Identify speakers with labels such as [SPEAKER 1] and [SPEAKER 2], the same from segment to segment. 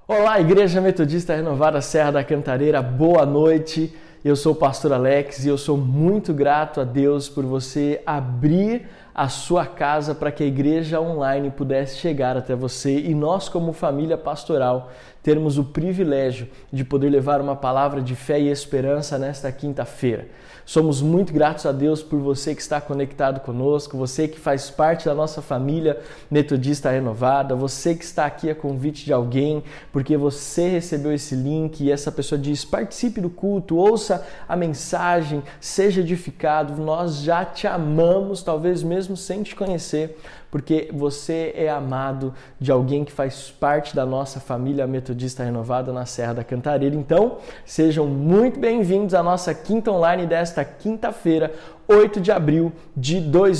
[SPEAKER 1] Olá, Igreja Metodista Renovada Serra da Cantareira, boa noite. Eu sou o pastor Alex e eu sou muito grato a Deus por você abrir a sua casa para que a igreja online pudesse chegar até você e nós, como família pastoral, termos o privilégio de poder levar uma palavra de fé e esperança nesta quinta-feira. Somos muito gratos a Deus por você que está conectado conosco, você que faz parte da nossa família Metodista Renovada, você que está aqui a convite de alguém, porque você recebeu esse link e essa pessoa diz: participe do culto, ouça a mensagem, seja edificado. Nós já te amamos, talvez mesmo sem te conhecer, porque você é amado de alguém que faz parte da nossa família Metodista Renovada na Serra da Cantareira. Então, sejam muito bem-vindos à nossa quinta online desta quinta-feira, 8 de abril de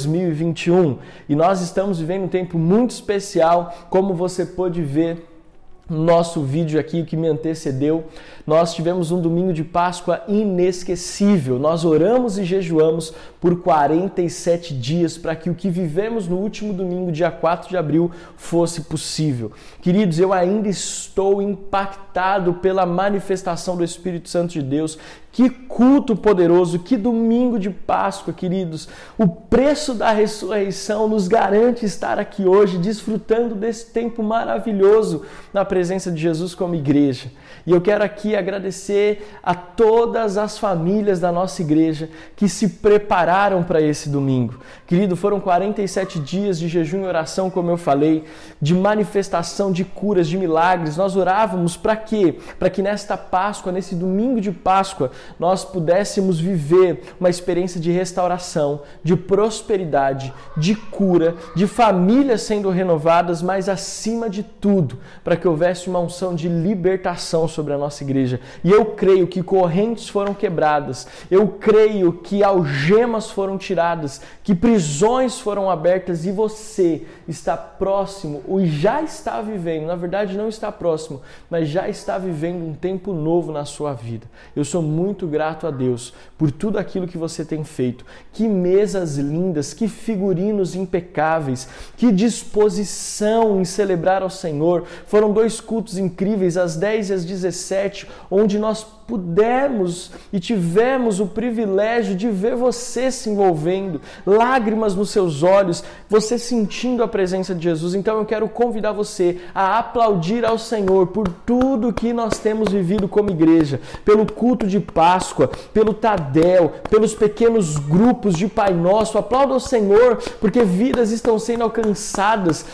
[SPEAKER 1] 2021. E nós estamos vivendo um tempo muito especial, como você pôde ver no nosso vídeo aqui, o que me antecedeu. Nós tivemos um domingo de Páscoa inesquecível. Nós oramos e jejuamos por 47 dias para que o que vivemos no último domingo, dia 4 de abril, fosse possível. Queridos, eu ainda estou impactado pela manifestação do Espírito Santo de Deus. Que culto poderoso, que domingo de Páscoa, queridos. O preço da ressurreição nos garante estar aqui hoje, desfrutando desse tempo maravilhoso na presença de Jesus como igreja. E eu quero aqui agradecer a todas as famílias da nossa igreja que se prepararam para esse domingo. Querido, foram 47 dias de jejum e oração, como eu falei, de manifestação de curas, de milagres. Nós orávamos para quê? Para que nesta Páscoa, nesse domingo de Páscoa, nós pudéssemos viver uma experiência de restauração, de prosperidade, de cura, de famílias sendo renovadas, mas acima de tudo, para que houvesse uma unção de libertação sobre a nossa igreja. E eu creio que correntes foram quebradas, eu creio que algemas foram tiradas, que prisões foram abertas e você está próximo, ou já está vivendo, na verdade não está próximo, mas já está vivendo um tempo novo na sua vida. Eu sou muito grato a Deus por tudo aquilo que você tem feito. Que mesas lindas, que figurinos impecáveis, que disposição em celebrar ao Senhor. Foram 2 cultos incríveis, às 10 e às 17, onde nós pudemos e tivemos o privilégio de ver você se envolvendo, lágrimas nos seus olhos, você sentindo a presença de Jesus. Então eu quero convidar você a aplaudir ao Senhor por tudo que nós temos vivido como igreja, pelo culto de Páscoa, pelo Tadel, pelos pequenos grupos de Pai Nosso. Aplauda ao Senhor, porque vidas estão sendo alcançadas,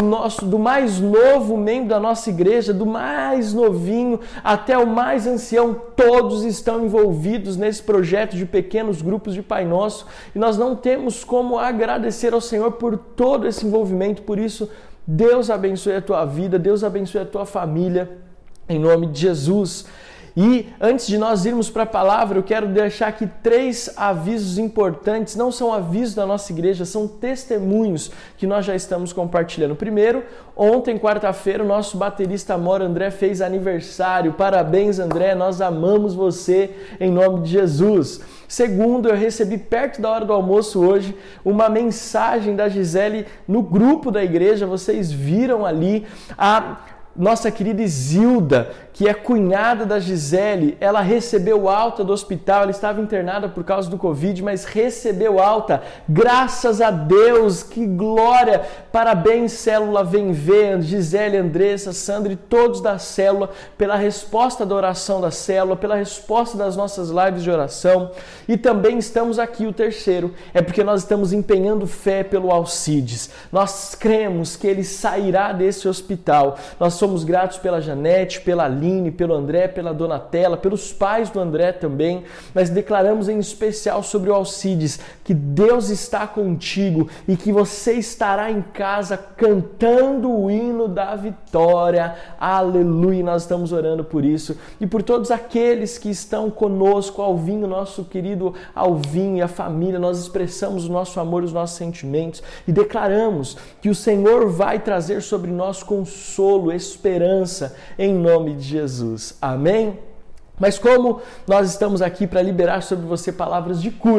[SPEAKER 1] do mais novo membro da nossa igreja, do mais novinho até o mais ancião. Todos estão envolvidos nesse projeto de pequenos grupos de Pai Nosso e nós não temos como agradecer ao Senhor por todo esse envolvimento. Por isso, Deus abençoe a tua vida, Deus abençoe a tua família, em nome de Jesus. E antes de nós irmos para a palavra, eu quero deixar aqui 3 avisos importantes. Não são avisos da nossa igreja, são testemunhos que nós já estamos compartilhando. Primeiro, ontem, quarta-feira, o nosso baterista amor André fez aniversário. Parabéns, André, nós amamos você em nome de Jesus. Segundo, eu recebi perto da hora do almoço hoje uma mensagem da Gisele no grupo da igreja. Vocês viram ali a nossa querida Isilda, que é cunhada da Gisele, ela recebeu alta do hospital, ela estava internada por causa do Covid, mas recebeu alta, graças a Deus, que glória, parabéns célula Vem Ver, Gisele, Andressa, Sandra e todos da célula, pela resposta da oração da célula, pela resposta das nossas lives de oração. E também estamos aqui, o terceiro, é porque nós estamos empenhando fé pelo Alcides, nós cremos que ele sairá desse hospital. Nós somos gratos pela Janete, pela Aline, pelo André, pela Donatella, pelos pais do André também, mas declaramos em especial sobre o Alcides que Deus está contigo e que você estará em casa cantando o hino da vitória. Aleluia! Nós estamos orando por isso e por todos aqueles que estão conosco, Alvinho, nosso querido Alvinho e a família. Nós expressamos o nosso amor, os nossos sentimentos e declaramos que o Senhor vai trazer sobre nós consolo, esperança, em nome de Jesus. Amém? Mas como nós estamos aqui para liberar sobre você palavras de cura,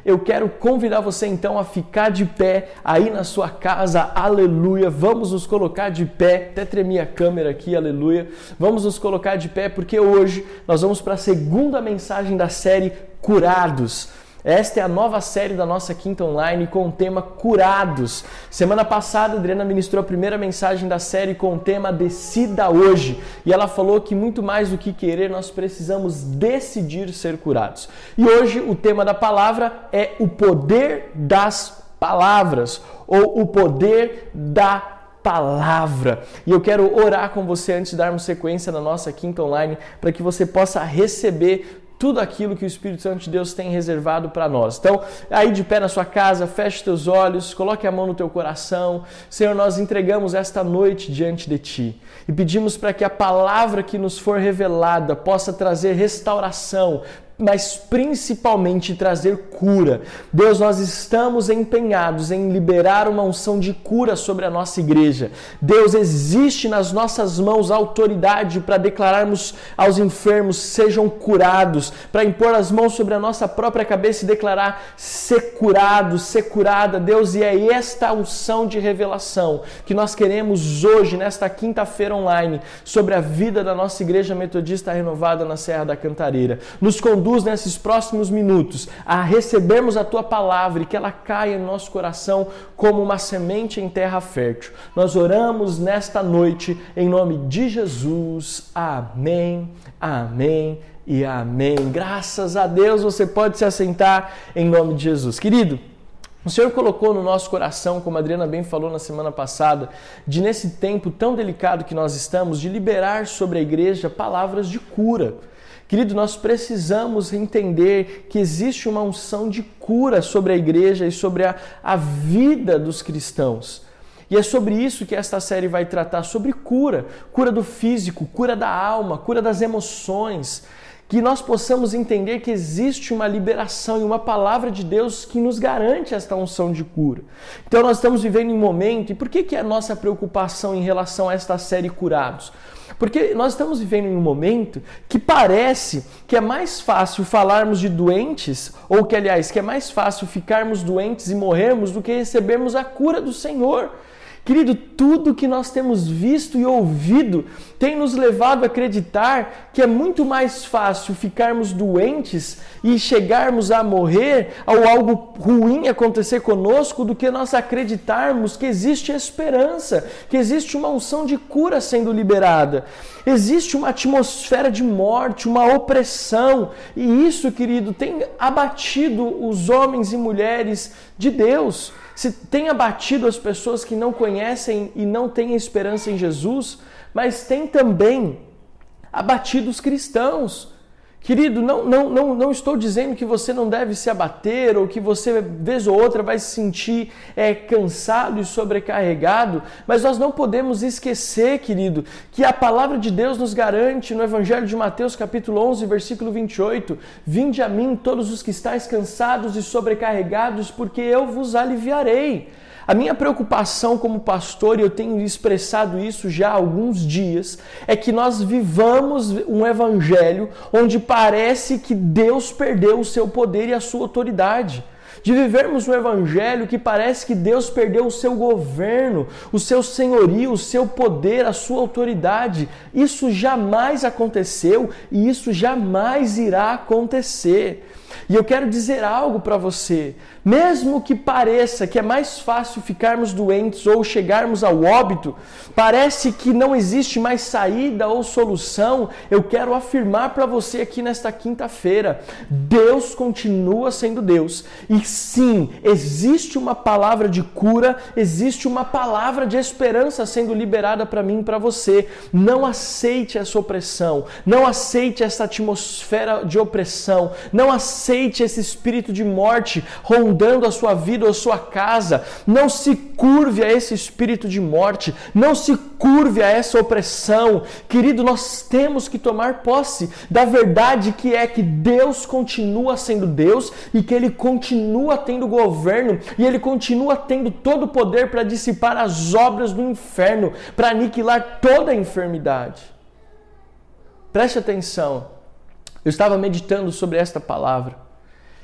[SPEAKER 1] eu quero convidar você então a ficar de pé aí na sua casa, aleluia. Vamos nos colocar de pé, até tremi a câmera aqui, aleluia. Vamos nos colocar de pé porque hoje nós vamos para a segunda mensagem da série Curados. Esta é a nova série da nossa Quinta Online com o tema Curados. Semana passada, a Adriana ministrou a primeira mensagem da série com o tema Decida Hoje. E ela falou que muito mais do que querer, nós precisamos decidir ser curados. E hoje o tema da palavra é o poder das palavras, ou o poder da palavra. E eu quero orar com você antes de darmos sequência na nossa Quinta Online, para que você possa receber tudo aquilo que o Espírito Santo de Deus tem reservado para nós. Então, aí de pé na sua casa, feche teus olhos, coloque a mão no teu coração. Senhor, nós entregamos esta noite diante de Ti e pedimos para que a palavra que nos for revelada possa trazer restauração, mas principalmente trazer cura. Deus, nós estamos empenhados em liberar uma unção de cura sobre a nossa igreja. Deus, existe nas nossas mãos autoridade para declararmos aos enfermos, sejam curados, para impor as mãos sobre a nossa própria cabeça e declarar, ser curado, ser curada. Deus, e é esta unção de revelação que nós queremos hoje, nesta quinta-feira online, sobre a vida da nossa igreja metodista renovada na Serra da Cantareira. Nos conduz nesses próximos minutos a recebermos a Tua palavra e que ela caia no nosso coração como uma semente em terra fértil. Nós oramos nesta noite em nome de Jesus. Amém, amém e amém. Graças a Deus, você pode se assentar em nome de Jesus. Querido, o Senhor colocou no nosso coração, como a Adriana bem falou na semana passada, de nesse tempo tão delicado que nós estamos, de liberar sobre a igreja palavras de cura. Querido, nós precisamos entender que existe uma unção de cura sobre a igreja e sobre a vida dos cristãos. E é sobre isso que esta série vai tratar, sobre cura. Cura do físico, cura da alma, cura das emoções. Que nós possamos entender que existe uma liberação e uma palavra de Deus que nos garante esta unção de cura. Então nós estamos vivendo um momento, e por que é a nossa preocupação em relação a esta série Curados? Porque nós estamos vivendo em um momento que parece que é mais fácil falarmos de doentes, ou que, aliás, que é mais fácil ficarmos doentes e morrermos do que recebermos a cura do Senhor. Querido, tudo que nós temos visto e ouvido tem nos levado a acreditar que é muito mais fácil ficarmos doentes e chegarmos a morrer ou algo ruim acontecer conosco do que nós acreditarmos que existe esperança, que existe uma unção de cura sendo liberada. Existe uma atmosfera de morte, uma opressão, e isso, querido, tem abatido os homens e mulheres de Deus. Se tem abatido as pessoas que não conhecem e não têm esperança em Jesus, mas tem também abatido os cristãos. Querido, não estou dizendo que você não deve se abater ou que você, vez ou outra, vai se sentir cansado e sobrecarregado, mas nós não podemos esquecer, querido, que a palavra de Deus nos garante no Evangelho de Mateus, capítulo 11, versículo 28, vinde a mim todos os que estáis cansados e sobrecarregados, porque eu vos aliviarei. A minha preocupação como pastor, e eu tenho expressado isso já há alguns dias, é que nós vivamos um evangelho onde parece que Deus perdeu o seu poder e a sua autoridade. De vivermos um evangelho que parece que Deus perdeu o seu governo, o seu senhorio, o seu poder, a sua autoridade. Isso jamais aconteceu e isso jamais irá acontecer. E eu quero dizer algo para você. Mesmo que pareça que é mais fácil ficarmos doentes ou chegarmos ao óbito, parece que não existe mais saída ou solução, eu quero afirmar para você aqui nesta quinta-feira, Deus continua sendo Deus. E sim, existe uma palavra de cura, existe uma palavra de esperança sendo liberada para mim e para você. Não aceite essa opressão, não aceite essa atmosfera de opressão, não aceite esse espírito de morte rondando a sua vida ou a sua casa. Não se curve a esse espírito de morte, não se curve a essa opressão. Querido, nós temos que tomar posse da verdade que é que Deus continua sendo Deus e que Ele continua tendo governo e Ele continua tendo todo o poder para dissipar as obras do inferno, para aniquilar toda a enfermidade. Preste atenção, eu estava meditando sobre esta palavra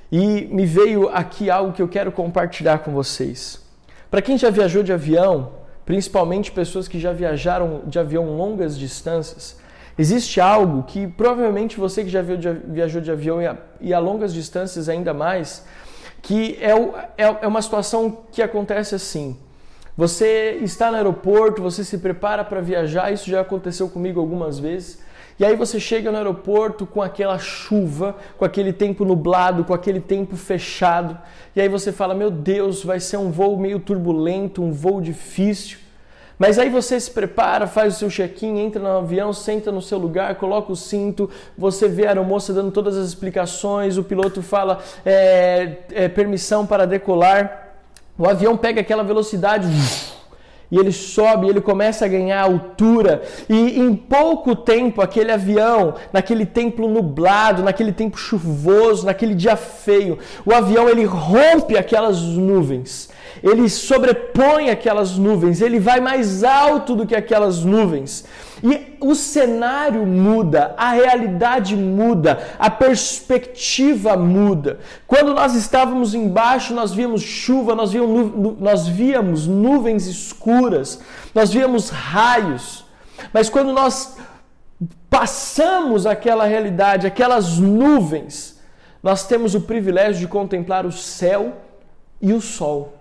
[SPEAKER 1] E me veio aqui algo que eu quero compartilhar com vocês. Para quem já viajou de avião, principalmente pessoas que já viajaram de avião longas distâncias, existe algo que provavelmente você que já viajou de avião e a longas distâncias ainda mais, que é uma situação que acontece assim. Você está no aeroporto, você se prepara para viajar, isso já aconteceu comigo algumas vezes, e aí você chega no aeroporto com aquela chuva, com aquele tempo nublado, com aquele tempo fechado, e aí você fala, meu Deus, vai ser um voo meio turbulento, um voo difícil. Mas aí você se prepara, faz o seu check-in, entra no avião, senta no seu lugar, coloca o cinto, você vê a aeromoça dando todas as explicações, o piloto fala permissão para decolar, o avião pega aquela velocidade e ele sobe, ele começa a ganhar altura e em pouco tempo aquele avião, naquele tempo nublado, naquele tempo chuvoso, naquele dia feio, o avião ele rompe aquelas nuvens, ele sobrepõe aquelas nuvens, ele vai mais alto do que aquelas nuvens. E o cenário muda, a realidade muda, a perspectiva muda. Quando nós estávamos embaixo, nós víamos chuva, nós víamos nuvens escuras, nós víamos raios. Mas quando nós passamos aquela realidade, aquelas nuvens, nós temos o privilégio de contemplar o céu e o sol.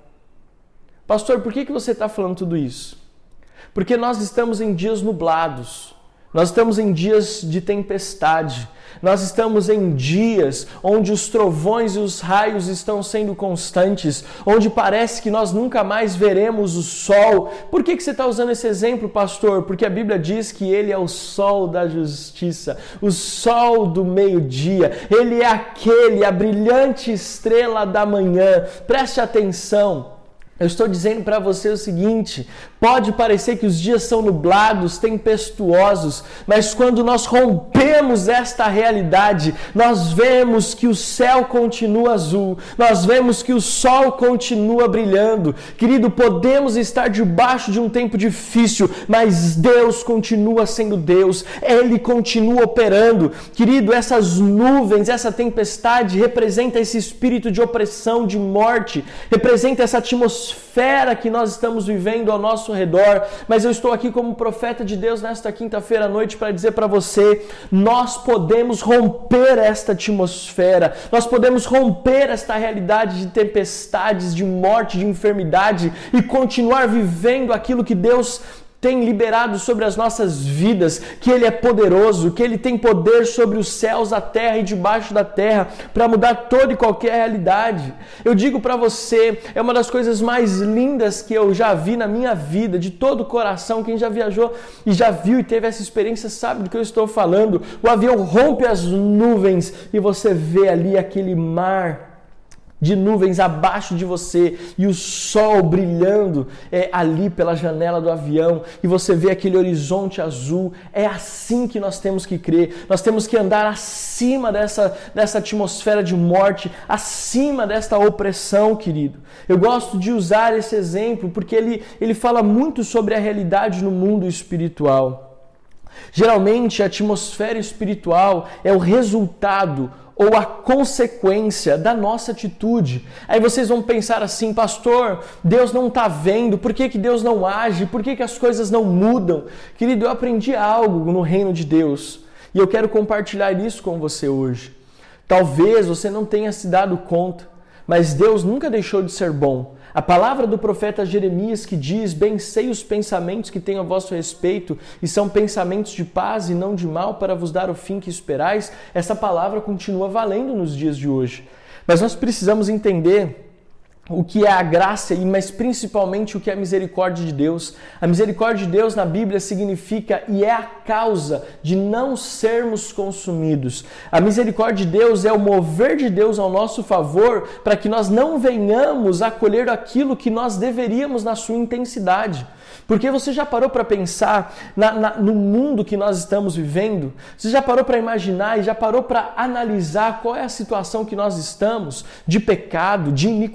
[SPEAKER 1] Pastor, por que você está falando tudo isso? Porque nós estamos em dias nublados, nós estamos em dias de tempestade, nós estamos em dias onde os trovões e os raios estão sendo constantes, onde parece que nós nunca mais veremos o sol. Por que você está usando esse exemplo, pastor? Porque a Bíblia diz que ele é o sol da justiça, o sol do meio-dia, ele é a brilhante estrela da manhã. Preste atenção. Eu estou dizendo para você o seguinte, pode parecer que os dias são nublados, tempestuosos, mas quando nós rompemos esta realidade, nós vemos que o céu continua azul, nós vemos que o sol continua brilhando. Querido, podemos estar debaixo de um tempo difícil, mas Deus continua sendo Deus, Ele continua operando. Querido, essas nuvens, essa tempestade representa esse espírito de opressão, de morte, representa essa atmosfera que nós estamos vivendo ao nosso redor, mas eu estou aqui como profeta de Deus nesta quinta-feira à noite para dizer para você, nós podemos romper esta atmosfera, nós podemos romper esta realidade de tempestades, de morte, de enfermidade e continuar vivendo aquilo que Deus tem liberado sobre as nossas vidas, que Ele é poderoso, que Ele tem poder sobre os céus, a terra e debaixo da terra, para mudar toda e qualquer realidade. Eu digo para você, é uma das coisas mais lindas que eu já vi na minha vida, de todo o coração. Quem já viajou e já viu e teve essa experiência sabe do que eu estou falando. O avião rompe as nuvens e você vê ali aquele mar de nuvens abaixo de você e o sol brilhando ali pela janela do avião e você vê aquele horizonte azul. É assim que nós temos que crer, nós temos que andar acima dessa atmosfera de morte, acima desta opressão, querido. Eu gosto de usar esse exemplo porque ele fala muito sobre a realidade no mundo espiritual. Geralmente a atmosfera espiritual é o resultado ou a consequência da nossa atitude. Aí vocês vão pensar assim, pastor, Deus não está vendo, por que Deus não age, por que as coisas não mudam? Querido, eu aprendi algo no reino de Deus e eu quero compartilhar isso com você hoje. Talvez você não tenha se dado conta, mas Deus nunca deixou de ser bom. A palavra do profeta Jeremias que diz, bem sei os pensamentos que tenho a vosso respeito e são pensamentos de paz e não de mal para vos dar o fim que esperais, essa palavra continua valendo nos dias de hoje. Mas nós precisamos entender o que é a graça, mas principalmente o que é a misericórdia de Deus. A misericórdia de Deus na Bíblia significa e é a causa de não sermos consumidos. A misericórdia de Deus é o mover de Deus ao nosso favor para que nós não venhamos a colher aquilo que nós deveríamos na sua intensidade. Porque você já parou para pensar no mundo que nós estamos vivendo? Você já parou para imaginar e já parou para analisar qual é a situação que nós estamos de pecado, de iniquidade,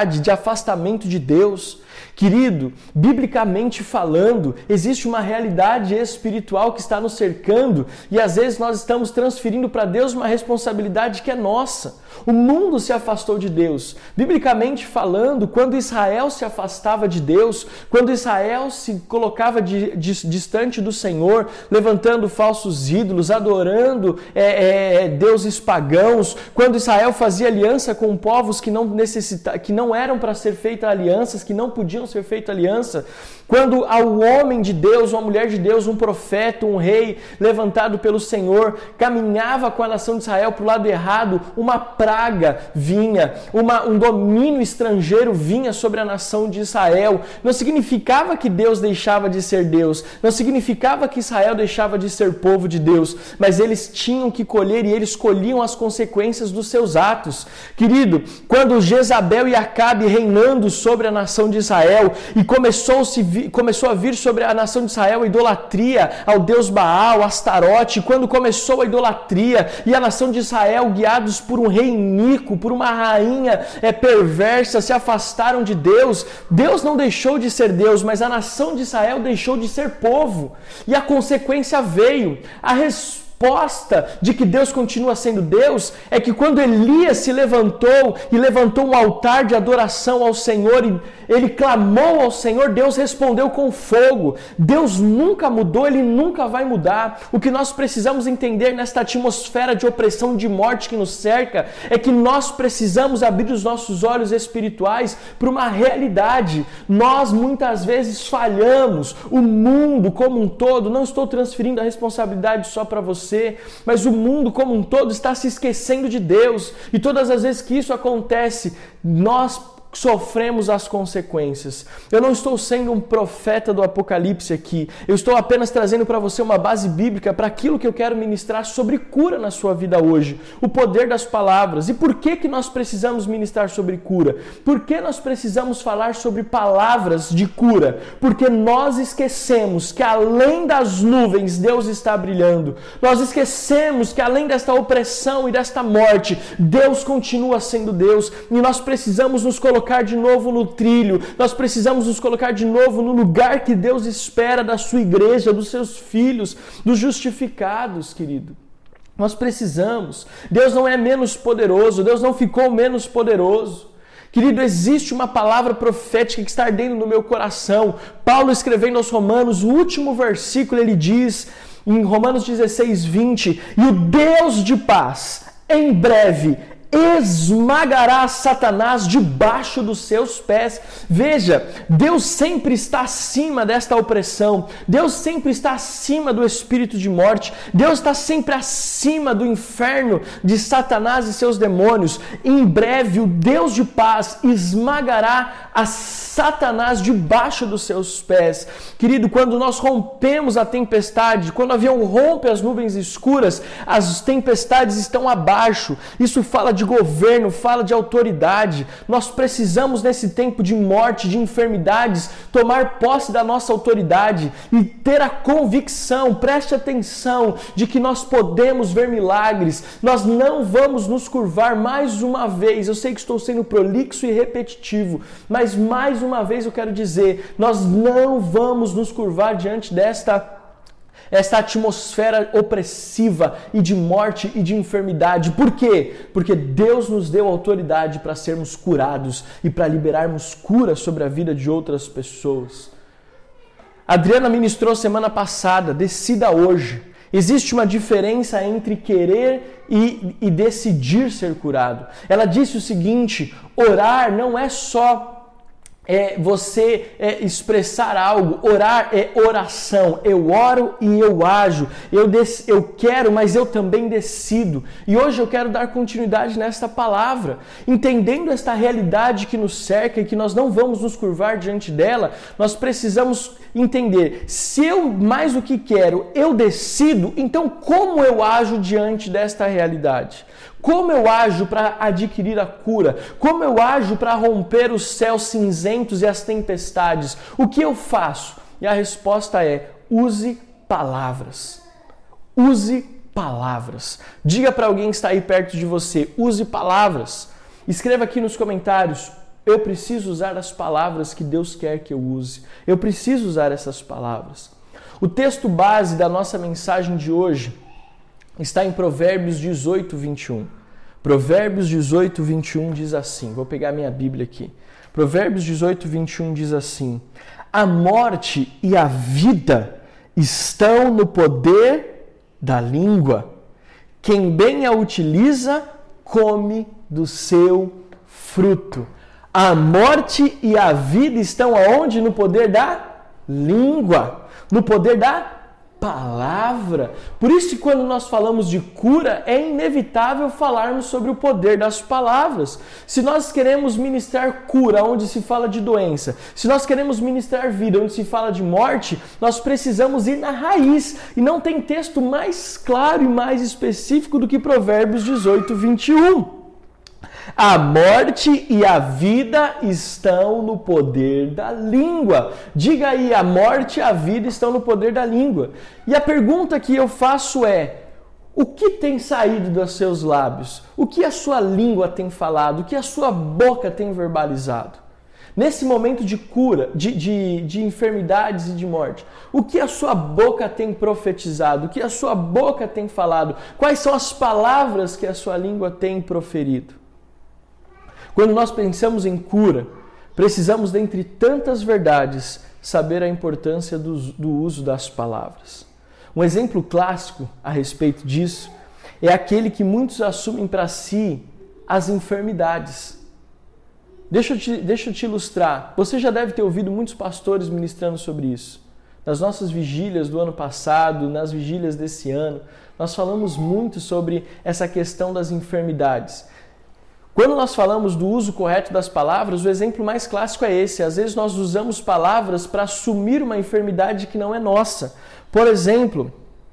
[SPEAKER 1] realidade de afastamento de Deus. Querido, biblicamente falando, existe uma realidade espiritual que está nos cercando e às vezes nós estamos transferindo para Deus uma responsabilidade que é nossa. O mundo se afastou de Deus. Biblicamente falando, quando Israel se afastava de Deus, quando Israel se colocava distante do Senhor, levantando falsos ídolos, adorando deuses pagãos, quando Israel fazia aliança com povos que não eram para ser feitas alianças, que não podiam ser feitas aliança, quando ao homem de Deus, uma mulher de Deus, um profeta, um rei levantado pelo Senhor, caminhava com a nação de Israel para o lado errado, uma praga vinha, um domínio estrangeiro vinha sobre a nação de Israel. Não significava que Deus deixava de ser Deus, não significava que Israel deixava de ser povo de Deus, mas eles tinham que colher e eles colhiam as consequências dos seus atos. Querido, quando Jezabel e Acabe reinando sobre a nação de Israel e começou a vir sobre a nação de Israel a idolatria ao Deus Baal, Astarote, quando começou a idolatria e a nação de Israel, guiados por um rei iníquo, por uma rainha perversa, se afastaram de Deus, Deus não deixou de ser Deus, mas a nação de Israel deixou de ser povo. E a consequência veio. A resposta de que Deus continua sendo Deus é que quando Elias se levantou e levantou um altar de adoração ao Senhor e ele clamou ao Senhor, Deus respondeu com fogo. Deus nunca mudou, Ele nunca vai mudar. O que nós precisamos entender nesta atmosfera de opressão, de morte que nos cerca, é que nós precisamos abrir os nossos olhos espirituais para uma realidade. Nós muitas vezes falhamos, o mundo como um todo, não estou transferindo a responsabilidade só para você, mas o mundo como um todo está se esquecendo de Deus. E todas as vezes que isso acontece, nós sofremos as consequências. Eu não estou sendo um profeta do Apocalipse aqui. Eu estou apenas trazendo para você uma base bíblica para aquilo que eu quero ministrar sobre cura na sua vida hoje. O poder das palavras. E por que nós precisamos ministrar sobre cura? Por que nós precisamos falar sobre palavras de cura? Porque nós esquecemos que além das nuvens Deus está brilhando. Nós esquecemos que além desta opressão e desta morte, Deus continua sendo Deus. E nós precisamos nos colocar de novo no trilho, nós precisamos nos colocar de novo no lugar que Deus espera da sua igreja, dos seus filhos, dos justificados, querido. Nós precisamos. Deus não é menos poderoso, Deus não ficou menos poderoso. Querido, existe uma palavra profética que está ardendo no meu coração. Paulo escrevendo aos Romanos, o último versículo, ele diz, em Romanos 16:20, e o Deus de paz, em breve, esmagará Satanás debaixo dos seus pés. Veja, Deus sempre está acima desta opressão, Deus sempre está acima do espírito de morte, Deus está sempre acima do inferno de Satanás e seus demônios. Em breve o Deus de paz esmagará a Satanás debaixo dos seus pés. Querido, quando nós rompemos a tempestade, quando o avião rompe as nuvens escuras, as tempestades estão abaixo. Isso fala de governo, fala de autoridade. Nós precisamos nesse tempo de morte, de enfermidades, tomar posse da nossa autoridade e ter a convicção, preste atenção, de que nós podemos ver milagres. Nós não vamos nos curvar mais uma vez. Eu sei que estou sendo prolixo e repetitivo, mas mais uma vez eu quero dizer, nós não vamos nos curvar diante desta atmosfera opressiva e de morte e de enfermidade. Por quê? Porque Deus nos deu autoridade para sermos curados e para liberarmos cura sobre a vida de outras pessoas. A Adriana ministrou semana passada, decida hoje. Existe uma diferença entre querer e decidir ser curado. Ela disse o seguinte, orar não é só você expressar algo, orar é oração, eu oro e eu ajo, eu quero, mas eu também decido. E hoje eu quero dar continuidade nesta palavra, entendendo esta realidade que nos cerca e que nós não vamos nos curvar diante dela. Nós precisamos entender, se eu mais do que quero, eu decido, então como eu ajo diante desta realidade? Como eu ajo para adquirir a cura? Como eu ajo para romper os céus cinzentos e as tempestades? O que eu faço? E a resposta é: use palavras. Use palavras. Diga para alguém que está aí perto de você: use palavras. Escreva aqui nos comentários: Eu preciso usar as palavras que Deus quer que eu use. Eu preciso usar essas palavras. O texto base da nossa mensagem de hoje está em Provérbios 18, 21. Provérbios 18, 21 diz assim, vou pegar minha Bíblia aqui. Provérbios 18, 21 diz assim: a morte e a vida estão no poder da língua. Quem bem a utiliza, come do seu fruto. A morte e a vida estão aonde? No poder da língua, no poder da palavra. Por isso que quando nós falamos de cura, é inevitável falarmos sobre o poder das palavras. Se nós queremos ministrar cura, onde se fala de doença, se nós queremos ministrar vida, onde se fala de morte, nós precisamos ir na raiz. E não tem texto mais claro e mais específico do que Provérbios 18, 21. A morte e a vida estão no poder da língua. Diga aí, a morte e a vida estão no poder da língua. E a pergunta que eu faço é: o que tem saído dos seus lábios? O que a sua língua tem falado? O que a sua boca tem verbalizado? Nesse momento de cura, de enfermidades e de morte, o que a sua boca tem profetizado? O que a sua boca tem falado? Quais são as palavras que a sua língua tem proferido? Quando nós pensamos em cura, precisamos, dentre tantas verdades, saber a importância do uso das palavras. Um exemplo clássico a respeito disso é aquele que muitos assumem para si as enfermidades. Deixa eu te ilustrar. Você já deve ter ouvido muitos pastores ministrando sobre isso. Nas nossas vigílias do ano passado, nas vigílias desse ano, nós falamos muito sobre essa questão das enfermidades. Quando nós falamos do uso correto das palavras, o exemplo mais clássico é esse. Às vezes nós usamos palavras para assumir uma enfermidade que não é nossa. Por exemplo,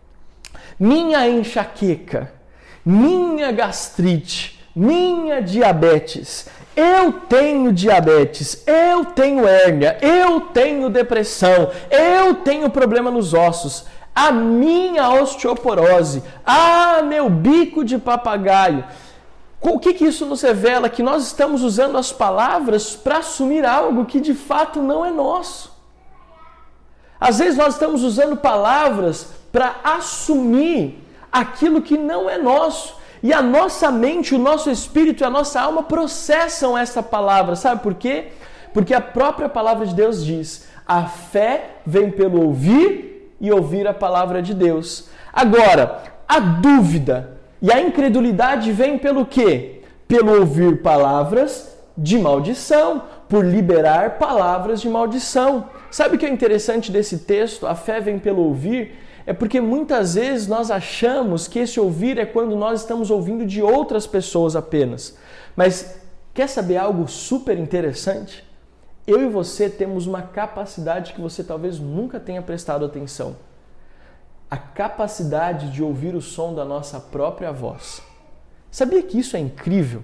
[SPEAKER 1] minha enxaqueca, minha gastrite, minha diabetes. Eu tenho diabetes, eu tenho hérnia, eu tenho depressão, eu tenho problema nos ossos, a minha osteoporose, meu bico de papagaio. O que isso nos revela? Que nós estamos usando as palavras para assumir algo que de fato não é nosso. Às vezes nós estamos usando palavras para assumir aquilo que não é nosso. E a nossa mente, o nosso espírito e a nossa alma processam essa palavra. Sabe por quê? Porque a própria palavra de Deus diz: a fé vem pelo ouvir e ouvir a palavra de Deus. Agora, a dúvida e a incredulidade vem pelo quê? Pelo ouvir palavras de maldição, por liberar palavras de maldição. Sabe o que é interessante desse texto? A fé vem pelo ouvir. É porque muitas vezes nós achamos que esse ouvir é quando nós estamos ouvindo de outras pessoas apenas. Mas quer saber algo super interessante? Eu e você temos uma capacidade que você talvez nunca tenha prestado atenção. A capacidade de ouvir o som da nossa própria voz. Sabia que isso é incrível?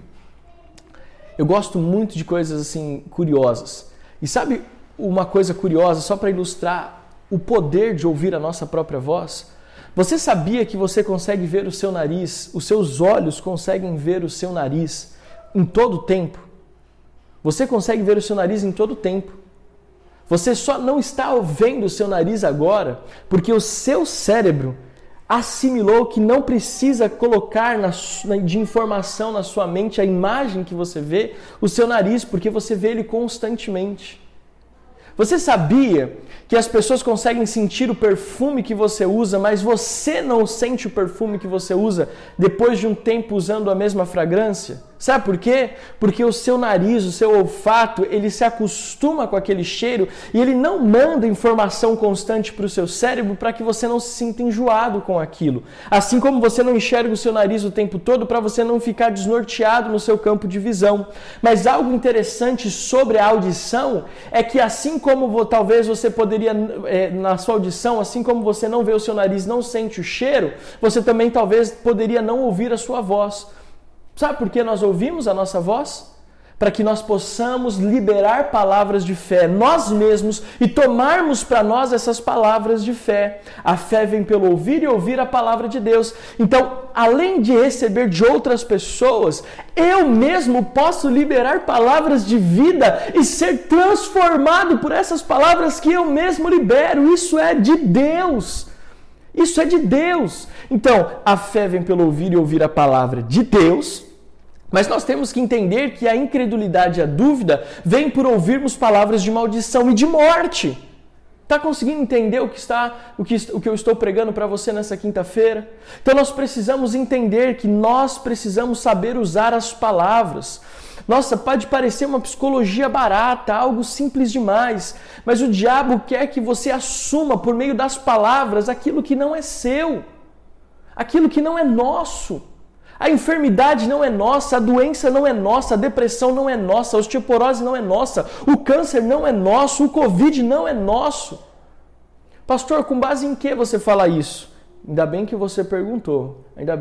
[SPEAKER 1] Eu gosto muito de coisas assim curiosas. E sabe uma coisa curiosa, só para ilustrar o poder de ouvir a nossa própria voz? Você sabia que você consegue ver o seu nariz, os seus olhos conseguem ver o seu nariz em todo o tempo? Você consegue ver o seu nariz em todo o tempo. Você só não está vendo o seu nariz agora porque o seu cérebro assimilou que não precisa colocar de informação na sua mente a imagem que você vê, o seu nariz, porque você vê ele constantemente. Você sabia que as pessoas conseguem sentir o perfume que você usa, mas você não sente o perfume que você usa depois de um tempo usando a mesma fragrância? Sabe por quê? Porque o seu nariz, o seu olfato, ele se acostuma com aquele cheiro e ele não manda informação constante para o seu cérebro para que você não se sinta enjoado com aquilo. Assim como você não enxerga o seu nariz o tempo todo para você não ficar desnorteado no seu campo de visão. Mas algo interessante sobre a audição é que assim como talvez você poderia, na sua audição, assim como você não vê o seu nariz, não sente o cheiro, você também talvez poderia não ouvir a sua voz. Sabe por que nós ouvimos a nossa voz? para que nós possamos liberar palavras de fé nós mesmos e tomarmos para nós essas palavras de fé. A fé vem pelo ouvir e ouvir a palavra de Deus. Então, além de receber de outras pessoas, eu mesmo posso liberar palavras de vida e ser transformado por essas palavras que eu mesmo libero. Isso é de Deus. Isso é de Deus. Então, a fé vem pelo ouvir e ouvir a palavra de Deus. Mas nós temos que entender que a incredulidade e a dúvida vem por ouvirmos palavras de maldição e de morte. Está conseguindo entender o que eu estou pregando para você nessa quinta-feira? Então nós precisamos entender que nós precisamos saber usar as palavras. Nossa, pode parecer uma psicologia barata, algo simples demais, mas o diabo quer que você assuma por meio das palavras aquilo que não é seu, aquilo que não é nosso. A enfermidade não é nossa, a doença não é nossa, a depressão não é nossa, a osteoporose não é nossa, o câncer não é nosso, o Covid não é nosso. Pastor, com base em que você fala isso? Ainda bem que você perguntou,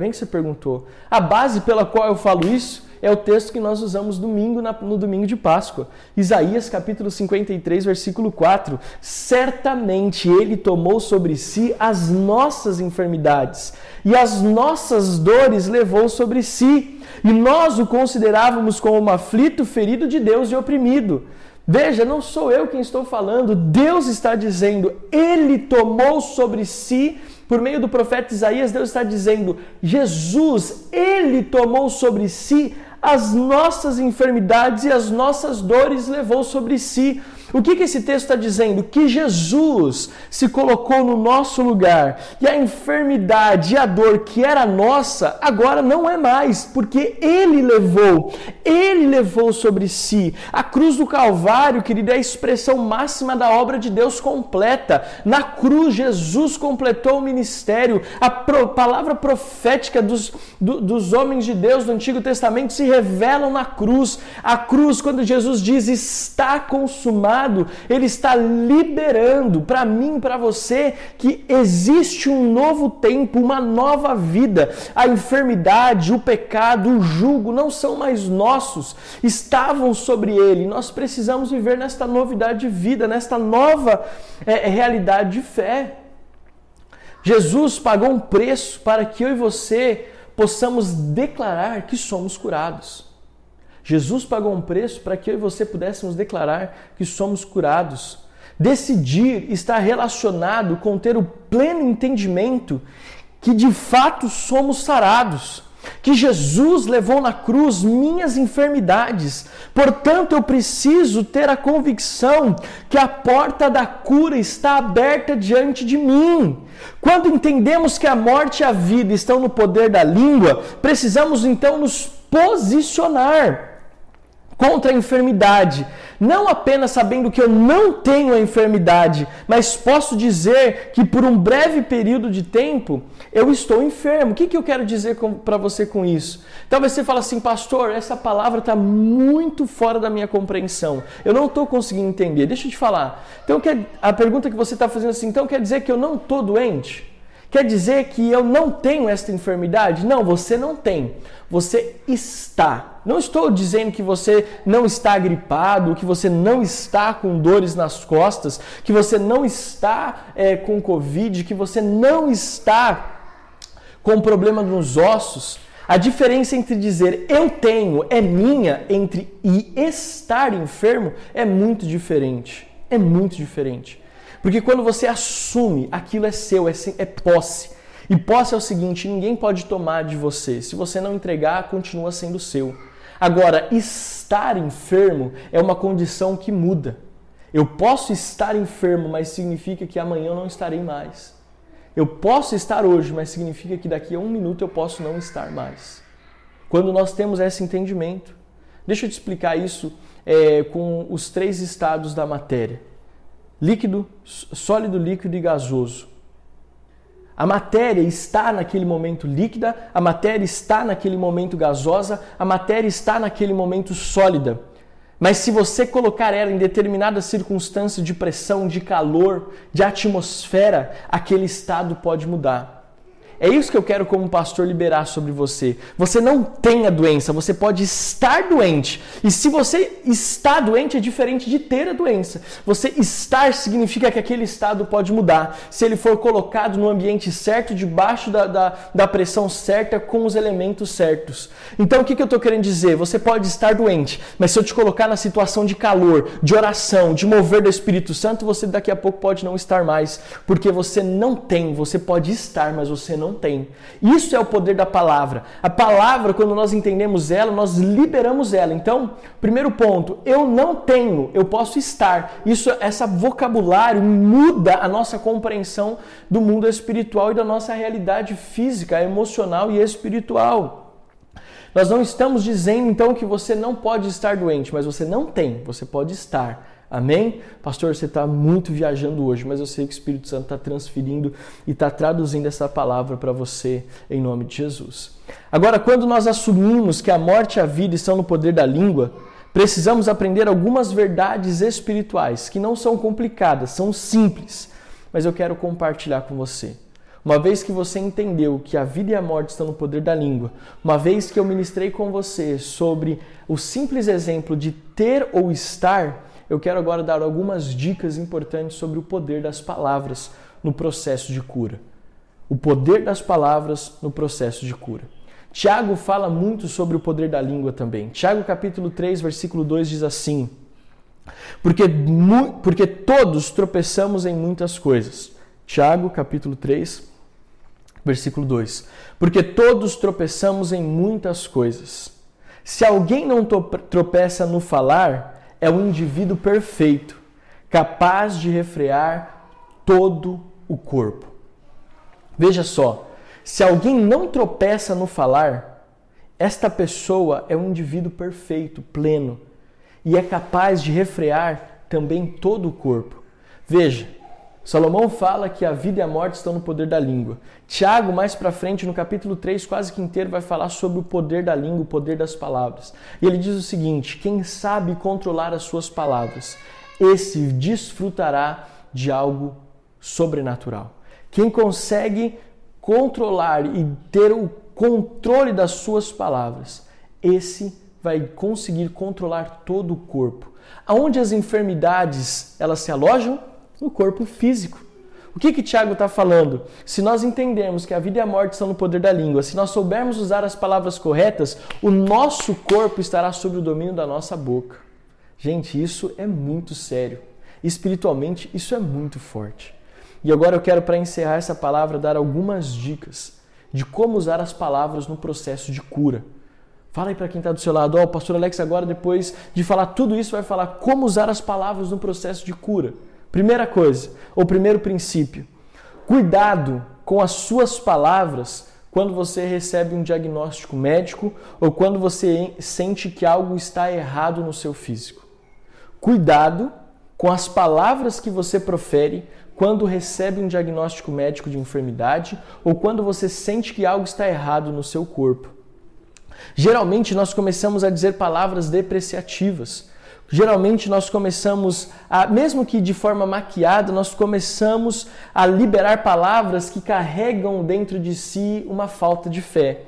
[SPEAKER 1] A base pela qual eu falo isso é o texto que nós usamos no domingo de Páscoa. Isaías capítulo 53, versículo 4. Certamente Ele tomou sobre si as nossas enfermidades e as nossas dores levou sobre si. E nós o considerávamos como um aflito, ferido de Deus e oprimido. Veja, não sou eu quem estou falando, Deus está dizendo, Ele tomou sobre si. Por meio do profeta Isaías, Deus está dizendo, Jesus, Ele tomou sobre si as nossas enfermidades e as nossas dores levou sobre si. O que esse texto está dizendo? Que Jesus se colocou no nosso lugar e a enfermidade e a dor que era nossa, agora não é mais, porque Ele levou sobre si. A cruz do Calvário, querido, é a expressão máxima da obra de Deus completa. Na cruz, Jesus completou o ministério. A palavra profética dos homens de Deus do Antigo Testamento se revelam na cruz. A cruz, quando Jesus diz, está consumado, Ele está liberando para mim, para você, que existe um novo tempo, uma nova vida. A enfermidade, o pecado, o jugo não são mais nossos, estavam sobre Ele. Nós precisamos viver nesta novidade de vida, nesta nova realidade de fé. Jesus pagou um preço para que eu e você possamos declarar que somos curados. Jesus pagou um preço para que eu e você pudéssemos declarar que somos curados. Decidir está relacionado com ter o pleno entendimento que de fato somos sarados, que Jesus levou na cruz minhas enfermidades. Portanto, eu preciso ter a convicção que a porta da cura está aberta diante de mim. Quando entendemos que a morte e a vida estão no poder da língua, precisamos então nos posicionar contra a enfermidade, não apenas sabendo que eu não tenho a enfermidade, mas posso dizer que por um breve período de tempo eu estou enfermo. O que eu quero dizer para você com isso? Talvez você fale assim, pastor, essa palavra está muito fora da minha compreensão, eu não estou conseguindo entender. Deixa eu te falar. Então, a pergunta que você está fazendo assim, então quer dizer que eu não estou doente? Quer dizer que eu não tenho esta enfermidade? Não, você não tem. Você está. Não estou dizendo que você não está gripado, que você não está com dores nas costas, que você não está com Covid, que você não está com problema nos ossos. A diferença entre dizer eu tenho é minha e estar enfermo é muito diferente. É muito diferente. Porque quando você assume, aquilo é seu, é posse. E posse é o seguinte, ninguém pode tomar de você. Se você não entregar, continua sendo seu. Agora, estar enfermo é uma condição que muda. Eu posso estar enfermo, mas significa que amanhã eu não estarei mais. Eu posso estar hoje, mas significa que daqui a 1 minuto eu posso não estar mais. Quando nós temos esse entendimento. Deixa eu te explicar isso com os 3 estados da matéria. Líquido, sólido, líquido e gasoso. A matéria está naquele momento líquida, a matéria está naquele momento gasosa, a matéria está naquele momento sólida. Mas se você colocar ela em determinada circunstância de pressão, de calor, de atmosfera, aquele estado pode mudar. É isso que eu quero como pastor liberar sobre você. Você não tem a doença, você pode estar doente. E se você está doente é diferente de ter a doença. Você estar significa que aquele estado pode mudar. Se ele for colocado no ambiente certo, debaixo da pressão certa, com os elementos certos. Então o que eu estou querendo dizer? Você pode estar doente, mas se eu te colocar na situação de calor, de oração, de mover do Espírito Santo, você daqui a pouco pode não estar mais. Porque você não tem, você pode estar, mas você não tem. Isso é o poder da palavra. A palavra, quando nós entendemos ela, nós liberamos ela. Então, primeiro ponto, eu não tenho, eu posso estar. Esse vocabulário muda a nossa compreensão do mundo espiritual e da nossa realidade física, emocional e espiritual. Nós não estamos dizendo, então, que você não pode estar doente, mas você não tem, você pode estar. Amém? Pastor, você está muito viajando hoje, mas eu sei que o Espírito Santo está transferindo e está traduzindo essa palavra para você em nome de Jesus. Agora, quando nós assumimos que a morte e a vida estão no poder da língua, precisamos aprender algumas verdades espirituais que não são complicadas, são simples, mas eu quero compartilhar com você. Uma vez que você entendeu que a vida e a morte estão no poder da língua, uma vez que eu ministrei com você sobre o simples exemplo de ter ou estar, eu quero agora dar algumas dicas importantes sobre o poder das palavras no processo de cura. O poder das palavras no processo de cura. Tiago fala muito sobre o poder da língua também. Tiago capítulo 3, versículo 2 diz assim: Porque todos tropeçamos em muitas coisas. Tiago capítulo 3, versículo 2. Porque todos tropeçamos em muitas coisas. Se alguém não tropeça no falar, é um indivíduo perfeito, capaz de refrear todo o corpo. Veja só, se alguém não tropeça no falar, esta pessoa é um indivíduo perfeito, pleno, e é capaz de refrear também todo o corpo. Veja, Salomão fala que a vida e a morte estão no poder da língua. Tiago, mais para frente, no capítulo 3, quase que inteiro, vai falar sobre o poder da língua, o poder das palavras. E ele diz o seguinte: quem sabe controlar as suas palavras, esse desfrutará de algo sobrenatural. Quem consegue controlar e ter o controle das suas palavras, esse vai conseguir controlar todo o corpo. Aonde as enfermidades elas se alojam? No corpo físico. O que Tiago está falando? Se nós entendermos que a vida e a morte estão no poder da língua, se nós soubermos usar as palavras corretas, o nosso corpo estará sob o domínio da nossa boca. Gente, isso é muito sério. Espiritualmente, isso é muito forte. E agora eu quero, para encerrar essa palavra, dar algumas dicas de como usar as palavras no processo de cura. Fala aí para quem está do seu lado: o pastor Alex agora, depois de falar tudo isso, vai falar como usar as palavras no processo de cura. Primeira coisa, ou primeiro princípio, cuidado com as suas palavras quando você recebe um diagnóstico médico ou quando você sente que algo está errado no seu físico. Cuidado com as palavras que você profere quando recebe um diagnóstico médico de enfermidade ou quando você sente que algo está errado no seu corpo. Geralmente nós começamos a dizer palavras depreciativas. Geralmente nós começamos, mesmo que de forma maquiada, nós começamos a liberar palavras que carregam dentro de si uma falta de fé.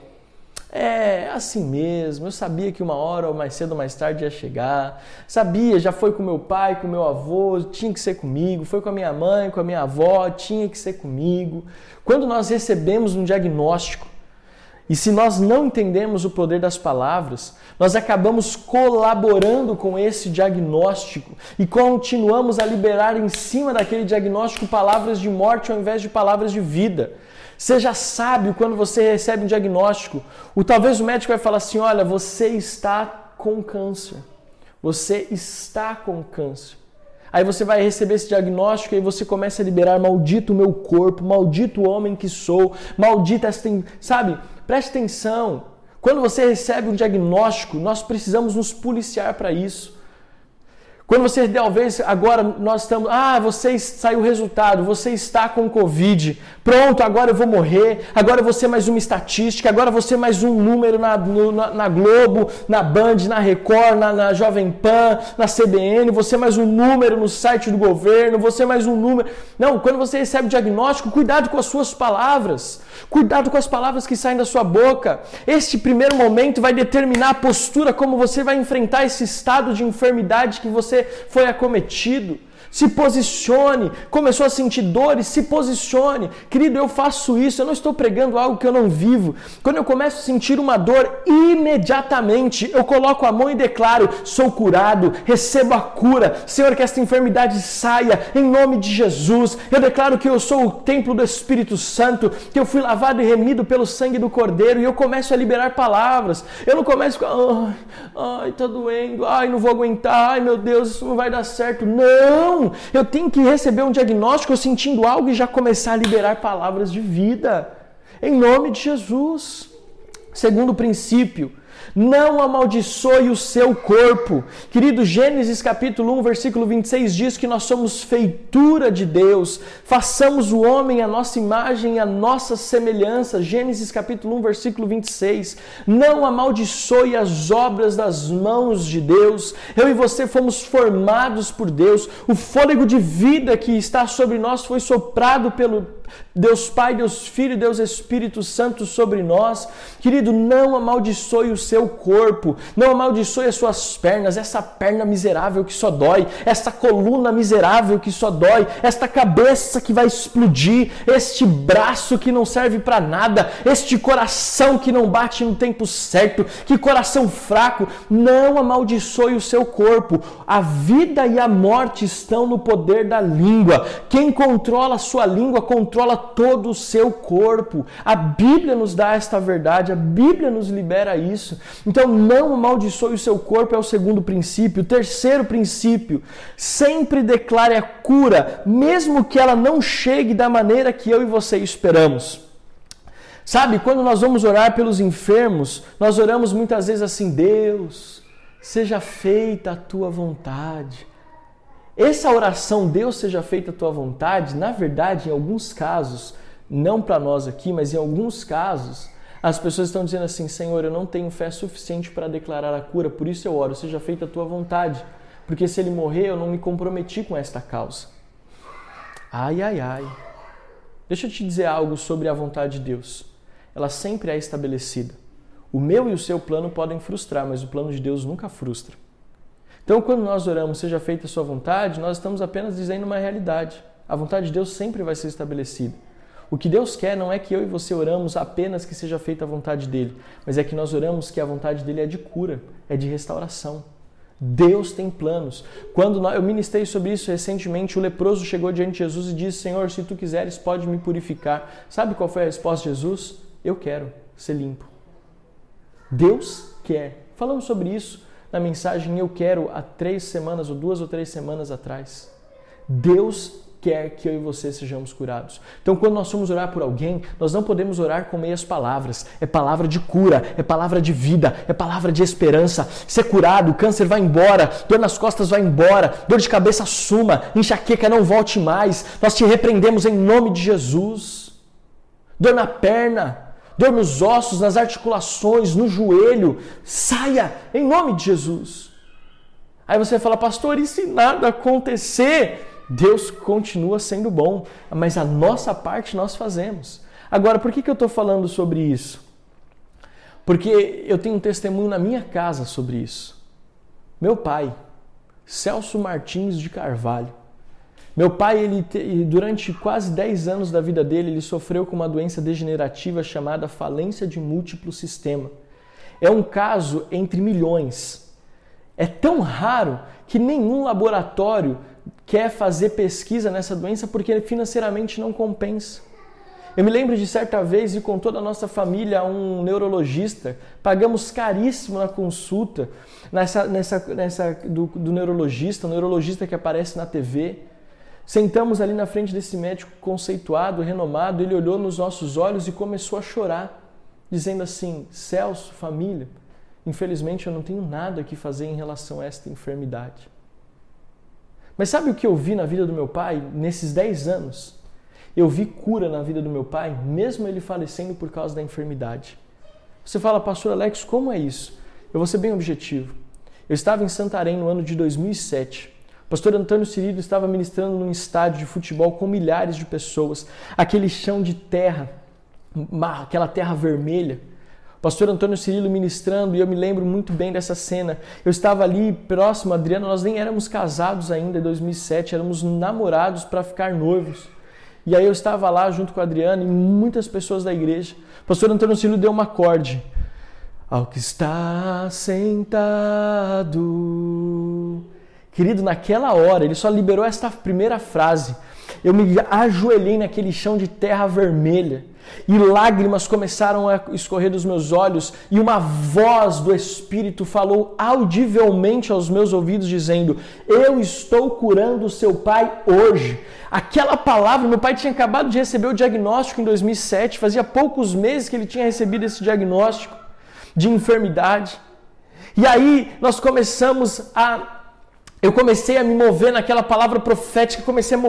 [SPEAKER 1] É assim mesmo, eu sabia que uma hora ou mais cedo ou mais tarde ia chegar, sabia, já foi com meu pai, com meu avô, tinha que ser comigo, foi com a minha mãe, com a minha avó, tinha que ser comigo. Quando nós recebemos um diagnóstico, e se nós não entendemos o poder das palavras, nós acabamos colaborando com esse diagnóstico e continuamos a liberar em cima daquele diagnóstico palavras de morte ao invés de palavras de vida. Seja sábio quando você recebe um diagnóstico. Talvez o médico vai falar assim: olha, você está com câncer. Você está com câncer. Aí você vai receber esse diagnóstico e você começa a liberar: maldito o meu corpo, maldito o homem que sou, maldita esta... Sabe? Preste atenção. Quando você recebe um diagnóstico, nós precisamos nos policiar para isso. Quando você, talvez, agora nós estamos, você saiu o resultado, você está com Covid, pronto, agora eu vou morrer, agora eu vou ser mais uma estatística, agora eu vou ser mais um número na Globo, na Band, na Record, na Jovem Pan, na CBN, você mais um número no site do governo, você mais um número. Não, quando você recebe o diagnóstico, cuidado com as suas palavras, cuidado com as palavras que saem da sua boca. Este primeiro momento vai determinar a postura, como você vai enfrentar esse estado de enfermidade que você foi acometido. Se posicione. Começou a sentir dores, se posicione. Querido, eu faço isso, eu não estou pregando algo que eu não vivo. Quando eu começo a sentir uma dor, imediatamente eu coloco a mão e declaro: sou curado, recebo a cura. Senhor, que esta enfermidade saia em nome de Jesus. Eu declaro que eu sou o templo do Espírito Santo, que eu fui lavado e remido pelo sangue do Cordeiro, e eu começo a liberar palavras. Eu não começo com tá doendo, não vou aguentar, meu Deus, isso não vai dar certo. Não! Eu tenho que receber um diagnóstico, eu sentindo algo, e já começar a liberar palavras de vida. Em nome de Jesus. Segundo princípio, não amaldiçoe o seu corpo. Querido, Gênesis capítulo 1, versículo 26 diz que nós somos feitura de Deus. Façamos o homem à nossa imagem e à nossa semelhança. Gênesis capítulo 1, versículo 26. Não amaldiçoe as obras das mãos de Deus. Eu e você fomos formados por Deus. O fôlego de vida que está sobre nós foi soprado pelo Deus Pai, Deus Filho e Deus Espírito Santo sobre nós. Querido, não amaldiçoe o seu corpo, não amaldiçoe as suas pernas, essa perna miserável que só dói, essa coluna miserável que só dói, esta cabeça que vai explodir, este braço que não serve para nada, este coração que não bate no tempo certo, que coração fraco. Não amaldiçoe o seu corpo. A vida e a morte estão no poder da língua. Quem controla a sua língua controla todo o seu corpo. A Bíblia nos dá esta verdade, a Bíblia nos libera isso. Então não amaldiçoe o seu corpo, é o segundo princípio. O terceiro princípio, sempre declare a cura, mesmo que ela não chegue da maneira que eu e você esperamos. Sabe, quando nós vamos orar pelos enfermos, nós oramos muitas vezes assim: Deus, seja feita a tua vontade. Essa oração, Deus seja feita a tua vontade, na verdade, em alguns casos, não para nós aqui, mas em alguns casos, as pessoas estão dizendo assim: Senhor, eu não tenho fé suficiente para declarar a cura, por isso eu oro, seja feita a tua vontade, porque se ele morrer, eu não me comprometi com esta causa. Ai. Deixa eu te dizer algo sobre a vontade de Deus. Ela sempre é estabelecida. O meu e o seu plano podem frustrar, mas o plano de Deus nunca frustra. Então, quando nós oramos, seja feita a sua vontade, nós estamos apenas dizendo uma realidade. A vontade de Deus sempre vai ser estabelecida. O que Deus quer não é que eu e você oramos apenas que seja feita a vontade dele, mas é que nós oramos que a vontade dele é de cura, é de restauração. Deus tem planos. Quando eu ministrei sobre isso recentemente, o leproso chegou diante de Jesus e disse: Senhor, se tu quiseres, pode me purificar. Sabe qual foi a resposta de Jesus? Eu quero ser limpo. Deus quer. Falamos sobre isso na mensagem Eu Quero há 3 semanas ou 2 ou 3 semanas atrás. Deus quer que eu e você sejamos curados. Então, quando nós formos orar por alguém, nós não podemos orar com meias palavras. É palavra de cura, é palavra de vida, é palavra de esperança. Ser curado, o câncer vai embora, dor nas costas vai embora, dor de cabeça suma, enxaqueca não volte mais. Nós te repreendemos em nome de Jesus. Dor na perna, dor nos ossos, nas articulações, no joelho, saia em nome de Jesus. Aí você fala: pastor, e se nada acontecer? Deus continua sendo bom, mas a nossa parte nós fazemos. Agora, por que eu estou falando sobre isso? Porque eu tenho um testemunho na minha casa sobre isso. Meu pai, Celso Martins de Carvalho. Meu pai, durante quase 10 anos da vida dele, ele sofreu com uma doença degenerativa chamada falência de múltiplo sistema. É um caso entre milhões. É tão raro que nenhum laboratório quer fazer pesquisa nessa doença porque financeiramente não compensa. Eu me lembro de certa vez ir com toda a nossa família a um neurologista, pagamos caríssimo na consulta do neurologista, o neurologista que aparece na TV. Sentamos ali na frente desse médico conceituado, renomado, ele olhou nos nossos olhos e começou a chorar, dizendo assim: Celso, família, infelizmente eu não tenho nada que fazer em relação a esta enfermidade. Mas sabe o que eu vi na vida do meu pai nesses 10 anos? Eu vi cura na vida do meu pai, mesmo ele falecendo por causa da enfermidade. Você fala, pastor Alex, como é isso? Eu vou ser bem objetivo. Eu estava em Santarém no ano de 2007. O pastor Antônio Cirilo estava ministrando num estádio de futebol com milhares de pessoas. Aquele chão de terra, aquela terra vermelha. O pastor Antônio Cirilo ministrando, e eu me lembro muito bem dessa cena. Eu estava ali próximo, Adriana, nós nem éramos casados ainda em 2007, éramos namorados para ficar noivos. E aí eu estava lá junto com a Adriana e muitas pessoas da igreja. O pastor Antônio Cirilo deu um acorde. Ao que está sentado. Querido, naquela hora, ele só liberou esta primeira frase. Eu me ajoelhei naquele chão de terra vermelha e lágrimas começaram a escorrer dos meus olhos e uma voz do Espírito falou audivelmente aos meus ouvidos dizendo: eu estou curando o seu pai hoje. Aquela palavra, meu pai tinha acabado de receber o diagnóstico em 2007, fazia poucos meses que ele tinha recebido esse diagnóstico de enfermidade. E aí eu comecei a me mover naquela palavra profética,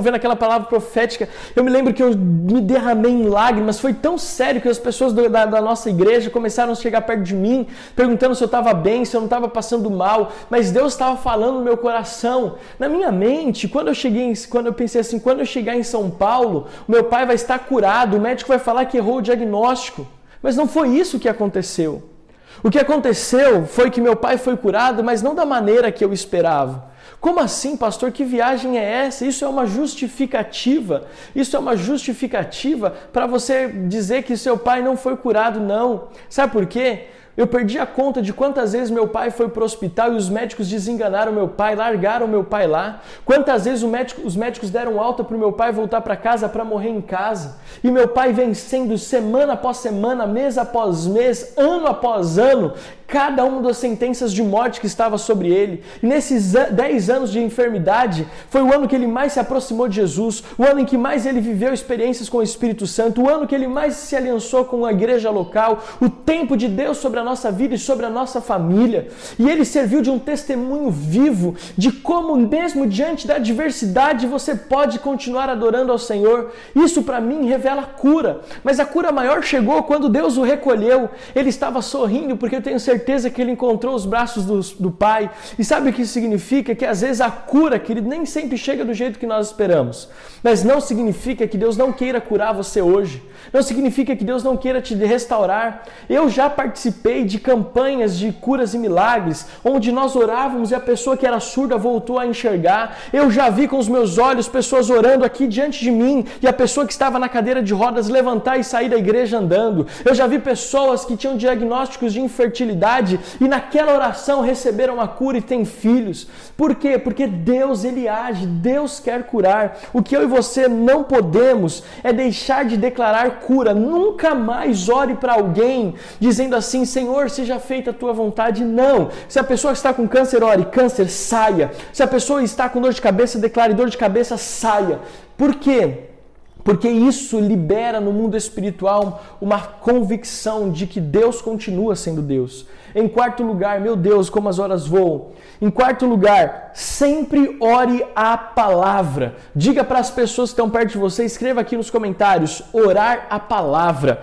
[SPEAKER 1] Eu me lembro que eu me derramei em lágrimas, foi tão sério que as pessoas da nossa igreja começaram a chegar perto de mim, perguntando se eu estava bem, se eu não estava passando mal, mas Deus estava falando no meu coração. Na minha mente, quando eu pensei assim, quando eu chegar em São Paulo, meu pai vai estar curado, o médico vai falar que errou o diagnóstico. Mas não foi isso que aconteceu. O que aconteceu foi que meu pai foi curado, mas não da maneira que eu esperava. Como assim, pastor? Que viagem é essa? Isso é uma justificativa. Isso é uma justificativa para você dizer que seu pai não foi curado, não. Sabe por quê? Eu perdi a conta de quantas vezes meu pai foi para o hospital e os médicos desenganaram meu pai, largaram meu pai lá. Quantas vezes os médicos deram alta para o meu pai voltar para casa para morrer em casa. E meu pai vencendo semana após semana, mês após mês, ano após ano, cada uma das sentenças de morte que estava sobre ele. E nesses 10 anos de enfermidade, foi o ano que ele mais se aproximou de Jesus, o ano em que mais ele viveu experiências com o Espírito Santo, o ano que ele mais se aliançou com a igreja local, o tempo de Deus sobre a nossa vida e sobre a nossa família. E ele serviu de um testemunho vivo de como mesmo diante da adversidade você pode continuar adorando ao Senhor. Isso para mim revela cura. Mas a cura maior chegou quando Deus o recolheu. Ele estava sorrindo porque eu tenho certeza que ele encontrou os braços do Pai. E sabe o que isso significa? Que às vezes a cura, querido, nem sempre chega do jeito que nós esperamos. Mas não significa que Deus não queira curar você hoje. Não significa que Deus não queira te restaurar. Eu já participei de campanhas de curas e milagres, onde nós orávamos e a pessoa que era surda voltou a enxergar. Eu já vi com os meus olhos pessoas orando aqui diante de mim e a pessoa que estava na cadeira de rodas levantar e sair da igreja andando. Eu já vi pessoas que tinham diagnósticos de infertilidade e naquela oração receberam a cura e têm filhos. Por quê? Porque Deus, Ele age, Deus quer curar. O que eu e você não podemos é deixar de declarar cura. Nunca mais ore para alguém dizendo assim: Senhor, seja feita a tua vontade. Não. Se a pessoa está com câncer, ore, câncer, saia. Se a pessoa está com dor de cabeça, declare dor de cabeça, saia. Por quê? Porque isso libera no mundo espiritual uma convicção de que Deus continua sendo Deus. Em quarto lugar, meu Deus, como as horas voam. Em quarto lugar, sempre ore a palavra. Diga para as pessoas que estão perto de você, escreva aqui nos comentários, orar a palavra.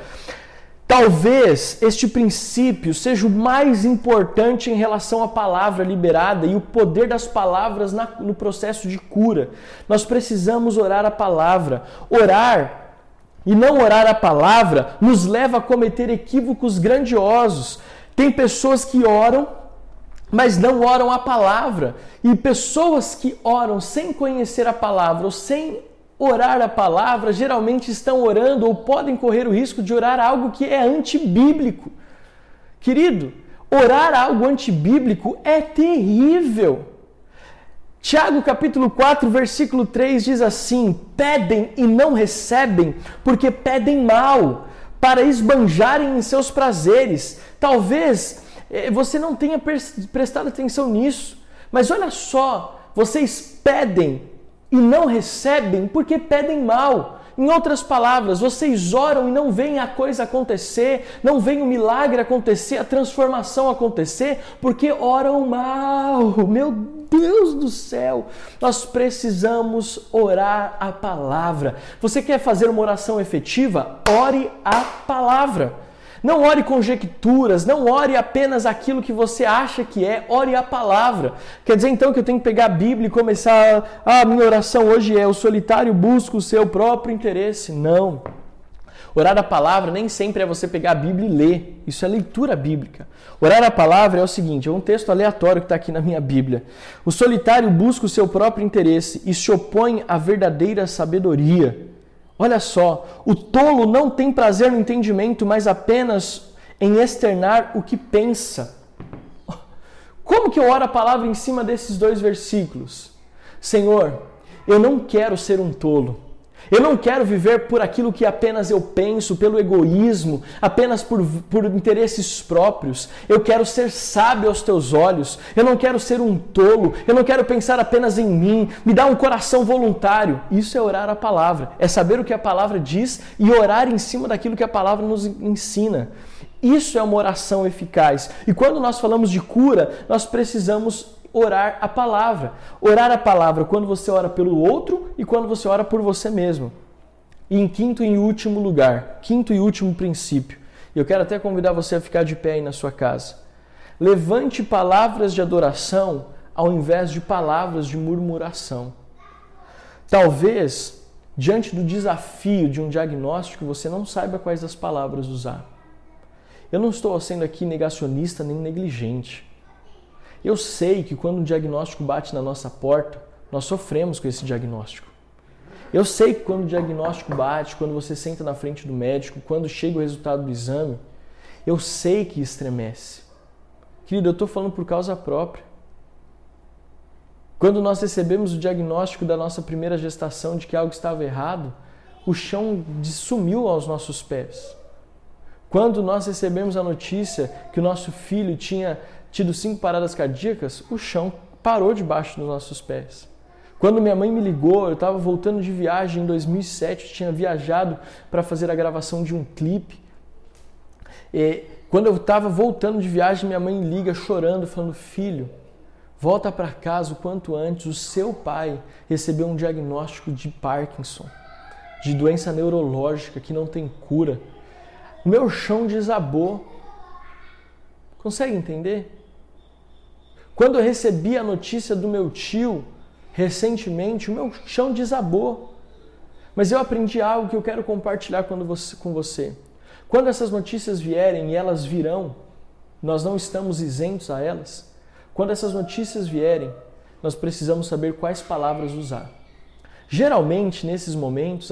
[SPEAKER 1] Talvez este princípio seja o mais importante em relação à palavra liberada e o poder das palavras no processo de cura. Nós precisamos orar a palavra. Orar e não orar a palavra nos leva a cometer equívocos grandiosos. Tem pessoas que oram, mas não oram a palavra. E pessoas que oram sem conhecer a palavra ou sem orar a palavra, geralmente estão orando ou podem correr o risco de orar algo que é antibíblico. Querido, orar algo antibíblico é terrível. Tiago capítulo 4, versículo 3 diz assim: pedem e não recebem, porque pedem mal, para esbanjarem em seus prazeres. Talvez você não tenha prestado atenção nisso, mas olha só, vocês pedem e não recebem porque pedem mal. Em outras palavras, vocês oram e não veem a coisa acontecer, não veem o milagre acontecer, a transformação acontecer, porque oram mal. Meu Deus do céu! Nós precisamos orar a palavra. Você quer fazer uma oração efetiva? Ore a palavra. Não ore conjecturas, não ore apenas aquilo que você acha que é, ore a palavra. Quer dizer então que eu tenho que pegar a Bíblia e começar, minha oração hoje é: o solitário busca o seu próprio interesse. Não. Orar a palavra nem sempre é você pegar a Bíblia e ler. Isso é leitura bíblica. Orar a palavra é o seguinte, é um texto aleatório que está aqui na minha Bíblia. O solitário busca o seu próprio interesse e se opõe à verdadeira sabedoria. Olha só, o tolo não tem prazer no entendimento, mas apenas em externar o que pensa. Como que eu oro a palavra em cima desses dois versículos? Senhor, eu não quero ser um tolo. Eu não quero viver por aquilo que apenas eu penso, pelo egoísmo, apenas por interesses próprios. Eu quero ser sábio aos teus olhos. Eu não quero ser um tolo. Eu não quero pensar apenas em mim. Me dá um coração voluntário. Isso é orar a palavra. É saber o que a palavra diz e orar em cima daquilo que a palavra nos ensina. Isso é uma oração eficaz. E quando nós falamos de cura, nós precisamos orar a palavra. Orar a palavra quando você ora pelo outro e quando você ora por você mesmo. E em quinto e último lugar, quinto e último princípio, eu quero até convidar você a ficar de pé aí na sua casa. Levante palavras de adoração ao invés de palavras de murmuração. Talvez, diante do desafio de um diagnóstico, você não saiba quais as palavras usar. Eu não estou sendo aqui negacionista nem negligente. Eu sei que quando um diagnóstico bate na nossa porta, nós sofremos com esse diagnóstico. Eu sei que quando o diagnóstico bate, quando você senta na frente do médico, quando chega o resultado do exame, eu sei que estremece. Querido, eu estou falando por causa própria. Quando nós recebemos o diagnóstico da nossa primeira gestação de que algo estava errado, o chão sumiu aos nossos pés. Quando nós recebemos a notícia que o nosso filho tinha tido 5 paradas cardíacas, o chão parou debaixo dos nossos pés. Quando minha mãe me ligou, eu estava voltando de viagem em 2007, tinha viajado para fazer a gravação de um clipe. E quando eu estava voltando de viagem, minha mãe liga chorando, falando: filho, volta para casa o quanto antes, o seu pai recebeu um diagnóstico de Parkinson, de doença neurológica que não tem cura. O meu chão desabou. Consegue entender? Quando eu recebi a notícia do meu tio, recentemente, o meu chão desabou. Mas eu aprendi algo que eu quero compartilhar com você. Quando essas notícias vierem, e elas virão, nós não estamos isentos a elas. Quando essas notícias vierem, nós precisamos saber quais palavras usar. Geralmente, nesses momentos,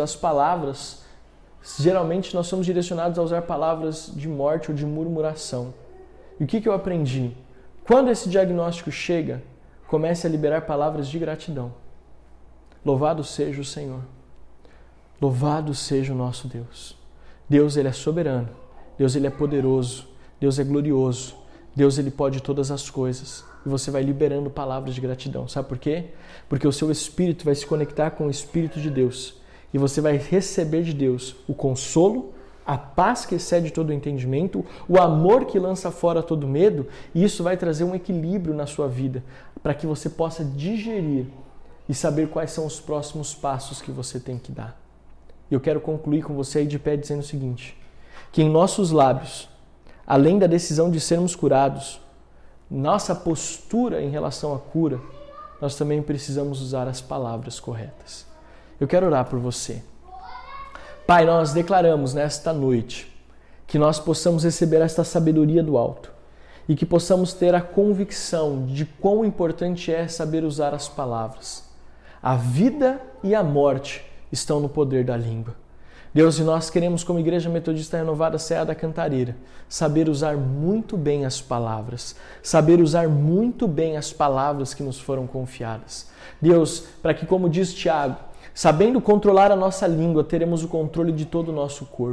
[SPEAKER 1] geralmente nós somos direcionados a usar palavras de morte ou de murmuração. E o que eu aprendi? Quando esse diagnóstico chega, comece a liberar palavras de gratidão. Louvado seja o Senhor. Louvado seja o nosso Deus. Deus, Ele é soberano. Deus, Ele é poderoso. Deus é glorioso. Deus, Ele pode todas as coisas. E você vai liberando palavras de gratidão. Sabe por quê? Porque o seu espírito vai se conectar com o Espírito de Deus. E você vai receber de Deus o consolo, a paz que excede todo o entendimento, o amor que lança fora todo medo, e isso vai trazer um equilíbrio na sua vida, para que você possa digerir e saber quais são os próximos passos que você tem que dar. E eu quero concluir com você aí de pé dizendo o seguinte, que em nossos lábios, além da decisão de sermos curados, nossa postura em relação à cura, nós também precisamos usar as palavras corretas. Eu quero orar por você. Pai, nós declaramos nesta noite que nós possamos receber esta sabedoria do alto e que possamos ter a convicção de quão importante é saber usar as palavras. A vida e a morte estão no poder da língua. Deus, e nós queremos, como Igreja Metodista Renovada Serra da Cantareira, saber usar muito bem as palavras, saber usar muito bem as palavras que nos foram confiadas. Deus, para que, como diz Tiago, sabendo controlar a nossa língua, teremos o controle de todo o nosso corpo.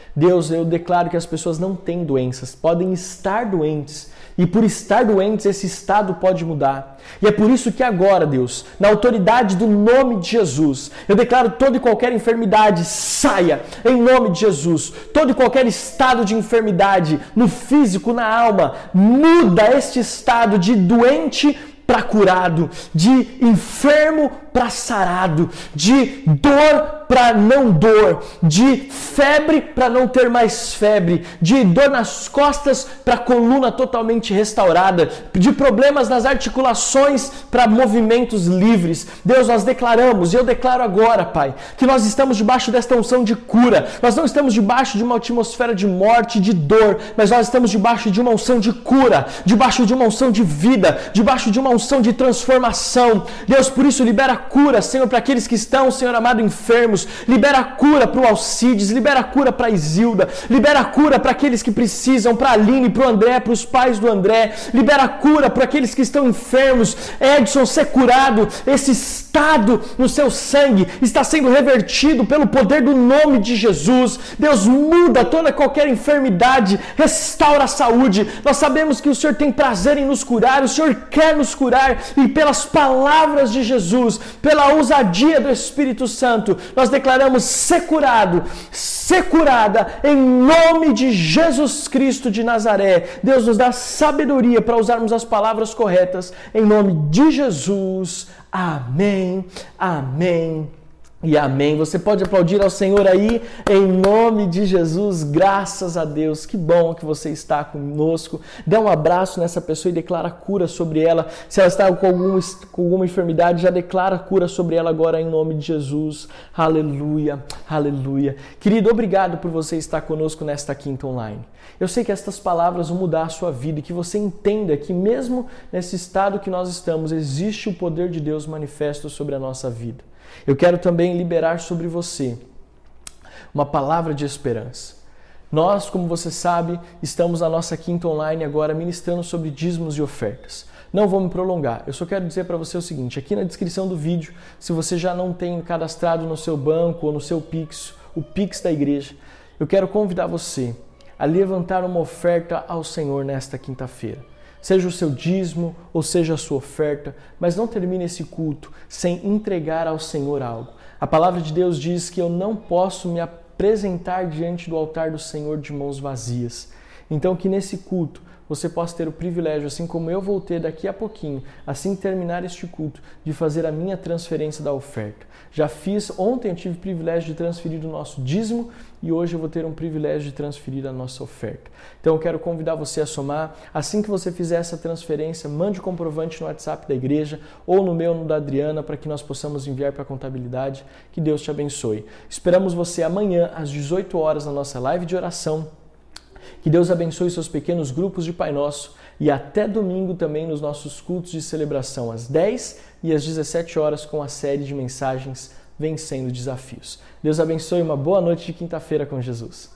[SPEAKER 1] Deus, eu declaro que as pessoas não têm doenças, podem estar doentes. E por estar doentes, esse estado pode mudar. E é por isso que agora, Deus, na autoridade do nome de Jesus, eu declaro toda e qualquer enfermidade saia em nome de Jesus. Todo e qualquer estado de enfermidade no físico, na alma, muda este estado de doente para curado, de enfermo para sarado, de dor para não dor, de febre para não ter mais febre, de dor nas costas para coluna totalmente restaurada, de problemas nas articulações para movimentos livres. Deus, nós declaramos, e eu declaro agora, Pai, que nós estamos debaixo desta unção de cura. Nós não estamos debaixo de uma atmosfera de morte, de dor, mas nós estamos debaixo de uma unção de cura, debaixo de uma unção de vida, debaixo de uma unção de transformação. Deus, por isso libera cura, Senhor, para aqueles que estão, Senhor amado, enfermos. Libera cura para o Alcides, libera cura para a Isilda, libera cura para aqueles que precisam, para a Aline, para o André, para os pais do André, libera cura para aqueles que estão enfermos. Edson, ser curado, esse estado no seu sangue está sendo revertido pelo poder do nome de Jesus. Deus, muda toda qualquer enfermidade, restaura a saúde. Nós sabemos que o Senhor tem prazer em nos curar, o Senhor quer nos curar, e pelas palavras de Jesus, pela ousadia do Espírito Santo, nós declaramos ser curado, ser curada em nome de Jesus Cristo de Nazaré. Deus, nos dá sabedoria para usarmos as palavras corretas em nome de Jesus. Amém, amém e amém. Você pode aplaudir ao Senhor aí, em nome de Jesus. Graças a Deus, que bom que você está conosco. Dá um abraço nessa pessoa e declara cura sobre ela. Se ela está com alguma enfermidade, já declara cura sobre ela agora em nome de Jesus. Aleluia, aleluia. Querido, obrigado por você estar conosco nesta quinta online. Eu sei que estas palavras vão mudar a sua vida e que você entenda que mesmo nesse estado que nós estamos, existe o poder de Deus manifesto sobre a nossa vida. Eu quero também liberar sobre você uma palavra de esperança. Nós, como você sabe, estamos na nossa quinta online agora ministrando sobre dízimos e ofertas. Não vou me prolongar, eu só quero dizer para você o seguinte, aqui na descrição do vídeo, se você já não tem cadastrado no seu banco ou no seu Pix, o Pix da igreja, eu quero convidar você a levantar uma oferta ao Senhor nesta quinta-feira. Seja o seu dízimo ou seja a sua oferta, mas não termine esse culto sem entregar ao Senhor algo. A palavra de Deus diz que eu não posso me apresentar diante do altar do Senhor de mãos vazias. Então que nesse culto você possa ter o privilégio, assim como eu vou ter daqui a pouquinho, assim que terminar este culto, de fazer a minha transferência da oferta. Já fiz, ontem eu tive o privilégio de transferir o nosso dízimo e hoje eu vou ter um privilégio de transferir a nossa oferta. Então eu quero convidar você a somar. Assim que você fizer essa transferência, mande o comprovante no WhatsApp da igreja ou no meu, no da Adriana, para que nós possamos enviar para a contabilidade. Que Deus te abençoe. Esperamos você amanhã às 18 horas na nossa live de oração. Que Deus abençoe seus pequenos grupos de Pai Nosso e até domingo também nos nossos cultos de celebração às 10 e às 17 horas com a série de mensagens Vencendo Desafios. Deus abençoe, uma boa noite de quinta-feira com Jesus.